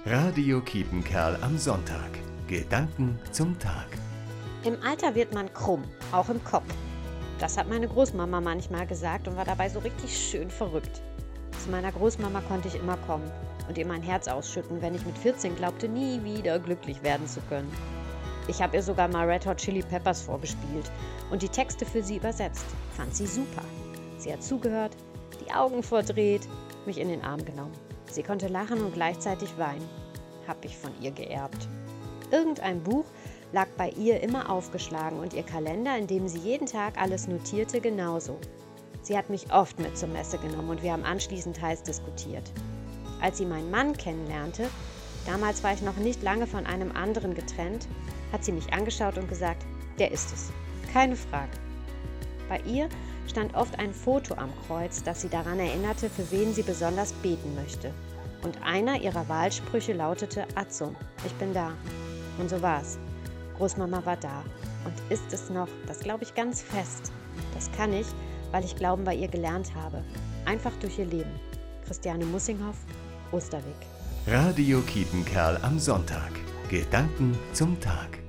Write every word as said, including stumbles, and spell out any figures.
Radio Kiepenkerl am Sonntag. Gedanken zum Tag. Im Alter wird man krumm, auch im Kopf. Das hat meine Großmama manchmal gesagt und war dabei so richtig schön verrückt. Zu meiner Großmama konnte ich immer kommen und ihr mein Herz ausschütten, wenn ich mit vierzehn glaubte, nie wieder glücklich werden zu können. Ich habe ihr sogar mal Red Hot Chili Peppers vorgespielt und die Texte für sie übersetzt. Fand sie super. Sie hat zugehört, die Augen verdreht, mich in den Arm genommen. Sie konnte lachen und gleichzeitig weinen. Hab ich von ihr geerbt. Irgendein Buch lag bei ihr immer aufgeschlagen und ihr Kalender, in dem sie jeden Tag alles notierte, genauso. Sie hat mich oft mit zur Messe genommen und wir haben anschließend heiß diskutiert. Als sie meinen Mann kennenlernte, damals war ich noch nicht lange von einem anderen getrennt, hat sie mich angeschaut und gesagt, der ist es. Keine Frage. Bei ihr stand oft ein Foto am Kreuz, das sie daran erinnerte, für wen sie besonders beten möchte. Und einer ihrer Wahlsprüche lautete, Atzum, ich bin da. Und so war's. Großmama war da und ist es noch, das glaube ich ganz fest. Das kann ich, weil ich Glauben bei ihr gelernt habe. Einfach durch ihr Leben. Christiane Mussinghoff, Osterweg. Radio Kiepenkerl am Sonntag. Gedanken zum Tag.